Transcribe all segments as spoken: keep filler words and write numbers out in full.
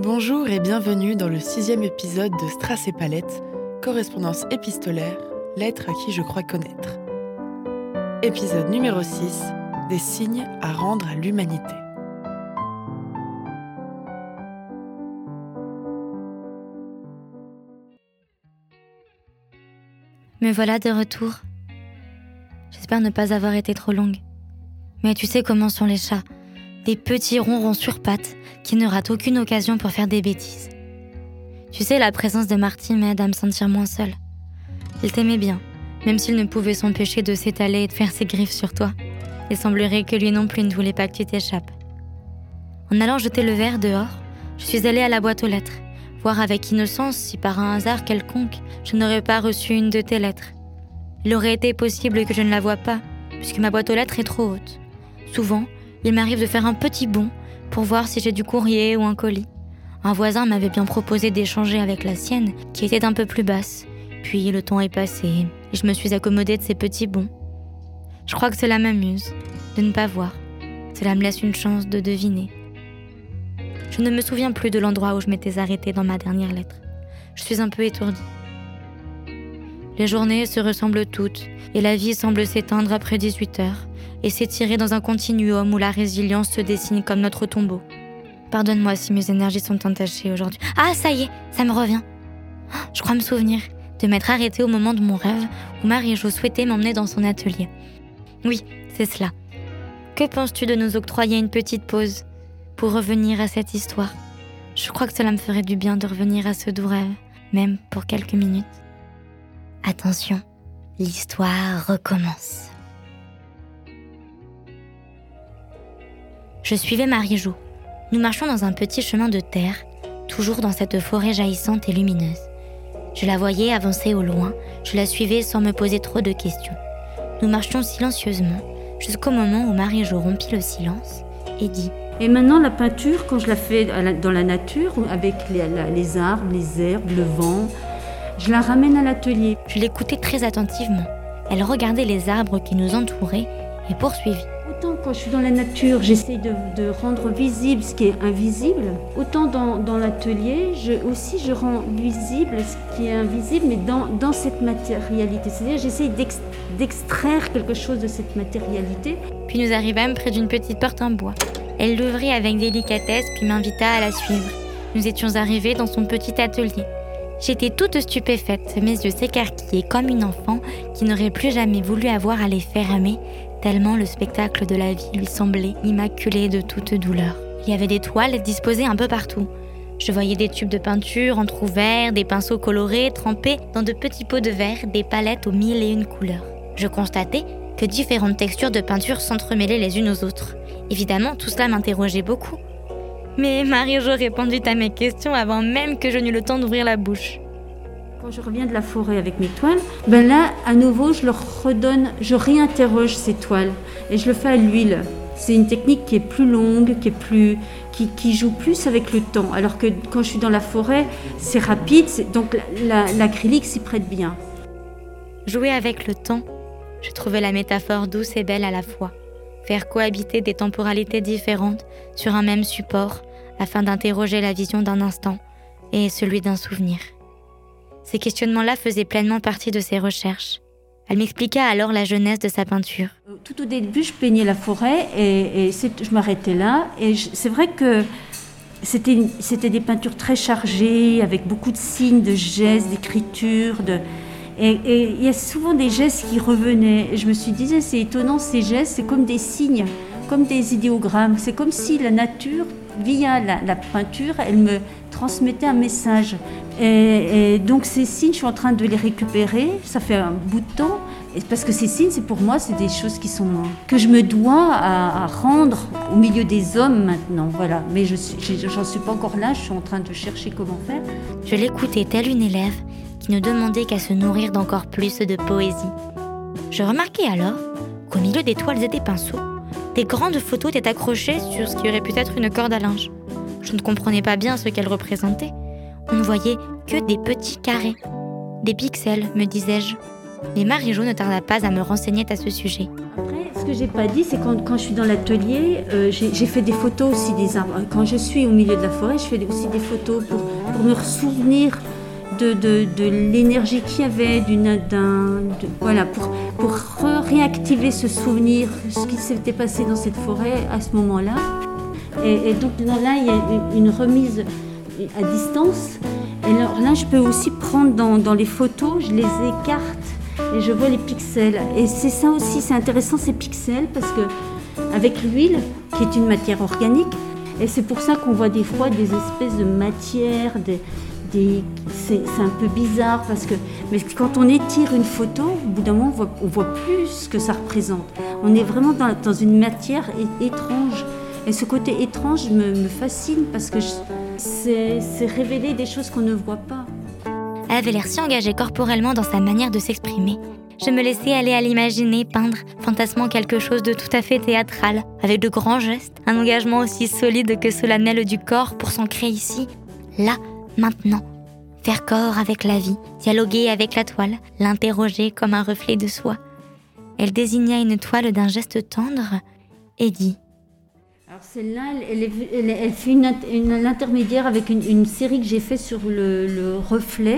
Bonjour et bienvenue dans le sixième épisode de Strass et Palette, correspondance épistolaire, lettre à qui je crois connaître. Épisode numéro six, des signes à rendre à l'humanité. Me voilà de retour. J'espère ne pas avoir été trop longue. Mais tu sais comment sont les chats, des petits ronrons sur pattes qui ne ratent aucune occasion pour faire des bêtises. Tu sais, la présence de Marty m'aide à me sentir moins seule. Il t'aimait bien, même s'il ne pouvait s'empêcher de s'étaler et de faire ses griffes sur toi. Il semblerait que lui non plus ne voulait pas que tu t'échappes. En allant jeter le verre dehors, je suis allée à la boîte aux lettres, voir avec innocence si par un hasard quelconque, je n'aurais pas reçu une de tes lettres. Il aurait été possible que je ne la voie pas, puisque ma boîte aux lettres est trop haute. Souvent, il m'arrive de faire un petit bond pour voir si j'ai du courrier ou un colis. Un voisin m'avait bien proposé d'échanger avec la sienne, qui était un peu plus basse. Puis le temps est passé, et je me suis accommodée de ces petits bonds. Je crois que cela m'amuse, de ne pas voir. Cela me laisse une chance de deviner. Je ne me souviens plus de l'endroit où je m'étais arrêtée dans ma dernière lettre. Je suis un peu étourdie. Les journées se ressemblent toutes, et la vie semble s'éteindre après dix-huit heures, et s'étirer dans un continuum où la résilience se dessine comme notre tombeau. Pardonne-moi si mes énergies sont entachées aujourd'hui. Ah, ça y est, ça me revient. Je crois me souvenir de m'être arrêtée au moment de mon rêve où Marie-Jo souhaitait m'emmener dans son atelier. Oui, c'est cela. Que penses-tu de nous octroyer une petite pause pour revenir à cette histoire? Je crois que cela me ferait du bien de revenir à ce doux rêve, même pour quelques minutes. Attention, l'histoire recommence. Je suivais Marie-Jo. Nous marchions dans un petit chemin de terre, toujours dans cette forêt jaillissante et lumineuse. Je la voyais avancer au loin, je la suivais sans me poser trop de questions. Nous marchions silencieusement, jusqu'au moment où Marie-Jo rompit le silence et dit « Et maintenant, la peinture, quand je la fais dans la nature, avec les, les arbres, les herbes, le vent, je la ramène à l'atelier. » Je l'écoutais très attentivement. Elle regardait les arbres qui nous entouraient et poursuivit. Autant quand je suis dans la nature, j'essaie de, de rendre visible ce qui est invisible. Autant dans, dans l'atelier, je, aussi je rends visible ce qui est invisible, mais dans, dans cette matérialité. C'est-à-dire j'essaie d'ex, d'extraire quelque chose de cette matérialité. Puis nous arrivâmes près d'une petite porte en bois. Elle l'ouvrit avec délicatesse puis m'invita à la suivre. Nous étions arrivés dans son petit atelier. J'étais toute stupéfaite, mes yeux s'écarquillaient comme une enfant qui n'aurait plus jamais voulu avoir à les fermer, tellement le spectacle de la vie lui semblait immaculé de toute douleur. Il y avait des toiles disposées un peu partout. Je voyais des tubes de peinture entrouverts, des pinceaux colorés trempés dans de petits pots de verre, des palettes aux mille et une couleurs. Je constatais que différentes textures de peinture s'entremêlaient les unes aux autres. Évidemment, tout cela m'interrogeait beaucoup. Mais Marie-Jo répondit à mes questions avant même que je n'eus le temps d'ouvrir la bouche. Quand je reviens de la forêt avec mes toiles, ben là, à nouveau, je leur redonne, je réinterroge ces toiles et je le fais à l'huile. C'est une technique qui est plus longue, qui est plus, qui, qui joue plus avec le temps. Alors que quand je suis dans la forêt, c'est rapide, c'est, donc la, la, l'acrylique s'y prête bien. Jouer avec le temps, je trouvais la métaphore douce et belle à la fois. Faire cohabiter des temporalités différentes sur un même support afin d'interroger la vision d'un instant et celui d'un souvenir. Ces questionnements-là faisaient pleinement partie de ses recherches. Elle m'expliqua alors la jeunesse de sa peinture. Tout au début, je peignais la forêt et, et c'est, je m'arrêtais là. Et je, c'est vrai que c'était, c'était des peintures très chargées, avec beaucoup de signes, de gestes, d'écriture. De, et, et il y a souvent des gestes qui revenaient. Et je me suis dit, c'est étonnant, ces gestes, c'est comme des signes, comme des idéogrammes. C'est comme si la nature, via la, la peinture, elle me transmettait un message. Et, et donc ces signes, je suis en train de les récupérer, ça fait un bout de temps, et parce que ces signes, c'est pour moi, c'est des choses qui sont, que je me dois à, à rendre au milieu des hommes maintenant, voilà. Mais je suis, j'en suis pas encore là, je suis en train de chercher comment faire. Je l'écoutais telle une élève qui ne demandait qu'à se nourrir d'encore plus de poésie. Je remarquai alors qu'au milieu des toiles et des pinceaux, des grandes photos étaient accrochées sur ce qui aurait pu être une corde à linge. Je ne comprenais pas bien ce qu'elles représentaient. On ne voyait que des petits carrés. Des pixels, me disais-je. Mais Marie-Jo ne tarda pas à me renseigner à ce sujet. Après, ce que j'ai pas dit, c'est quand, quand je suis dans l'atelier, euh, j'ai, j'ai fait des photos aussi des arbres. Quand je suis au milieu de la forêt, je fais aussi des photos pour, pour me souvenir de, de, de l'énergie qu'il y avait, d'une, d'un, de, voilà, pour, pour réactiver ce souvenir, ce qui s'était passé dans cette forêt à ce moment-là. Et, et donc là, il y a une remise à distance. Et alors là, je peux aussi prendre dans, dans les photos, je les écarte et je vois les pixels. Et c'est ça aussi, c'est intéressant ces pixels parce que avec l'huile, qui est une matière organique, et c'est pour ça qu'on voit des fois des espèces de matières, des, des, c'est, c'est un peu bizarre parce que, mais quand on étire une photo, au bout d'un moment, on voit, on voit plus ce que ça représente. On est vraiment dans, dans une matière é- étrange. Et ce côté étrange me, me fascine parce que je, c'est, c'est révéler des choses qu'on ne voit pas. Elle avait l'air si engagée corporellement dans sa manière de s'exprimer. Je me laissais aller à l'imaginer, peindre, fantasmant quelque chose de tout à fait théâtral, avec de grands gestes, un engagement aussi solide que solennel du corps pour s'ancrer ici, là, maintenant. Faire corps avec la vie, dialoguer avec la toile, l'interroger comme un reflet de soi. Elle désigna une toile d'un geste tendre et dit: Alors celle-là, elle, elle, elle, elle fait une, une, l'intermédiaire avec une, une série que j'ai faite sur le, le reflet.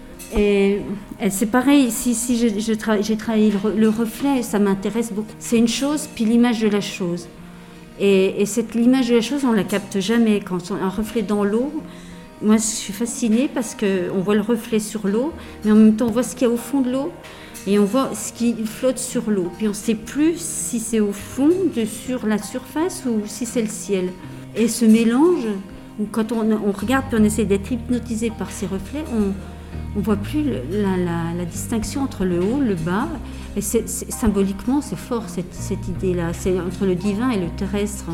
Et elle, c'est pareil, si, si je, je tra- j'ai travaillé le, le reflet, ça m'intéresse beaucoup. C'est une chose, puis l'image de la chose. Et, et cette l'image de la chose, on ne la capte jamais. Quand on a un reflet dans l'eau, moi je suis fascinée parce qu'on voit le reflet sur l'eau, mais en même temps on voit ce qu'il y a au fond de l'eau. Et on voit ce qui flotte sur l'eau. Puis on ne sait plus si c'est au fond, de, sur la surface, ou si c'est le ciel. Et ce mélange, quand on, on regarde puis on essaie d'être hypnotisé par ces reflets, on ne voit plus le, la, la, la distinction entre le haut, le bas. Et c'est, c'est, symboliquement, c'est fort cette, cette idée-là. C'est entre le divin et le terrestre.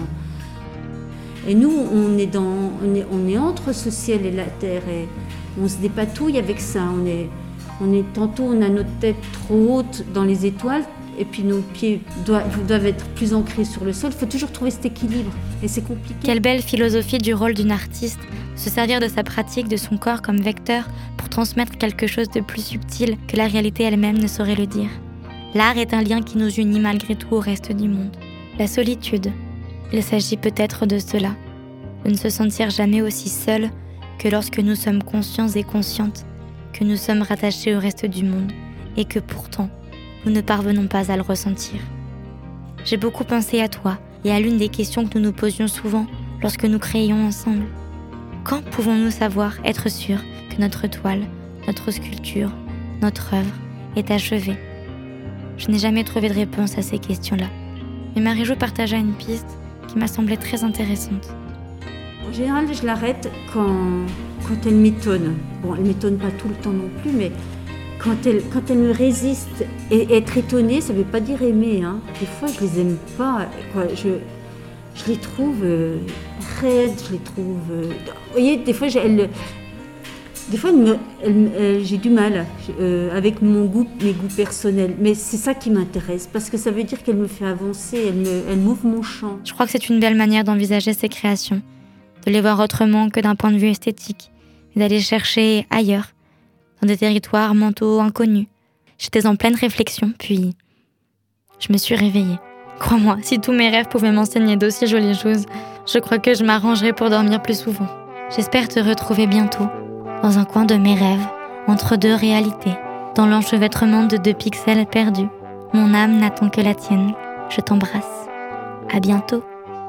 Et nous, on est, dans, on est, on est entre ce ciel et la terre. Et on se dépatouille avec ça. On est... On est, tantôt, on a notre tête trop haute dans les étoiles et puis nos pieds doivent, doivent être plus ancrés sur le sol. Il faut toujours trouver cet équilibre et c'est compliqué. Quelle belle philosophie du rôle d'une artiste, se servir de sa pratique, de son corps comme vecteur pour transmettre quelque chose de plus subtil que la réalité elle-même ne saurait le dire. L'art est un lien qui nous unit malgré tout au reste du monde. La solitude, il s'agit peut-être de cela, de ne se sentir jamais aussi seul que lorsque nous sommes conscients et conscientes que nous sommes rattachés au reste du monde et que pourtant, nous ne parvenons pas à le ressentir. J'ai beaucoup pensé à toi et à l'une des questions que nous nous posions souvent lorsque nous créions ensemble. Quand pouvons-nous savoir être sûrs que notre toile, notre sculpture, notre œuvre est achevée ? Je n'ai jamais trouvé de réponse à ces questions-là, mais Marie-Jo partagea une piste qui m'a semblé très intéressante. En général, je l'arrête quand, quand elle m'étonne. Bon, elle ne m'étonne pas tout le temps non plus, mais quand elle, quand elle me résiste, et être étonnée, ça ne veut pas dire aimer. Hein. Des fois, je ne les aime pas. Quoi. Je, je les trouve euh, raides, je les trouve... Euh, vous voyez, des fois, elle, des fois elle me, elle, elle, j'ai du mal euh, avec mon goût, mes goûts personnels. Mais c'est ça qui m'intéresse, parce que ça veut dire qu'elle me fait avancer, elle, me, elle m'ouvre mon champ. Je crois que c'est une belle manière d'envisager ces créations. De les voir autrement que d'un point de vue esthétique, et d'aller chercher ailleurs, dans des territoires mentaux inconnus. J'étais en pleine réflexion, puis je me suis réveillée. Crois-moi, si tous mes rêves pouvaient m'enseigner d'aussi jolies choses, je crois que je m'arrangerais pour dormir plus souvent. J'espère te retrouver bientôt, dans un coin de mes rêves, entre deux réalités, dans l'enchevêtrement de deux pixels perdus. Mon âme n'attend que la tienne. Je t'embrasse. À bientôt.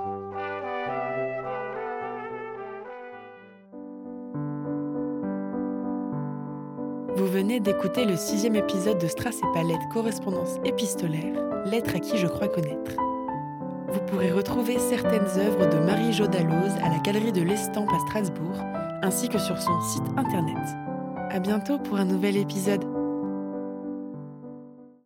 Vous venez d'écouter le sixième épisode de Strass et Palette, correspondance épistolaire, lettre à qui je crois connaître. Vous pourrez retrouver certaines œuvres de Marie-Jo Dalloz à la Galerie de l'Estampe à Strasbourg, ainsi que sur son site internet. À bientôt pour un nouvel épisode.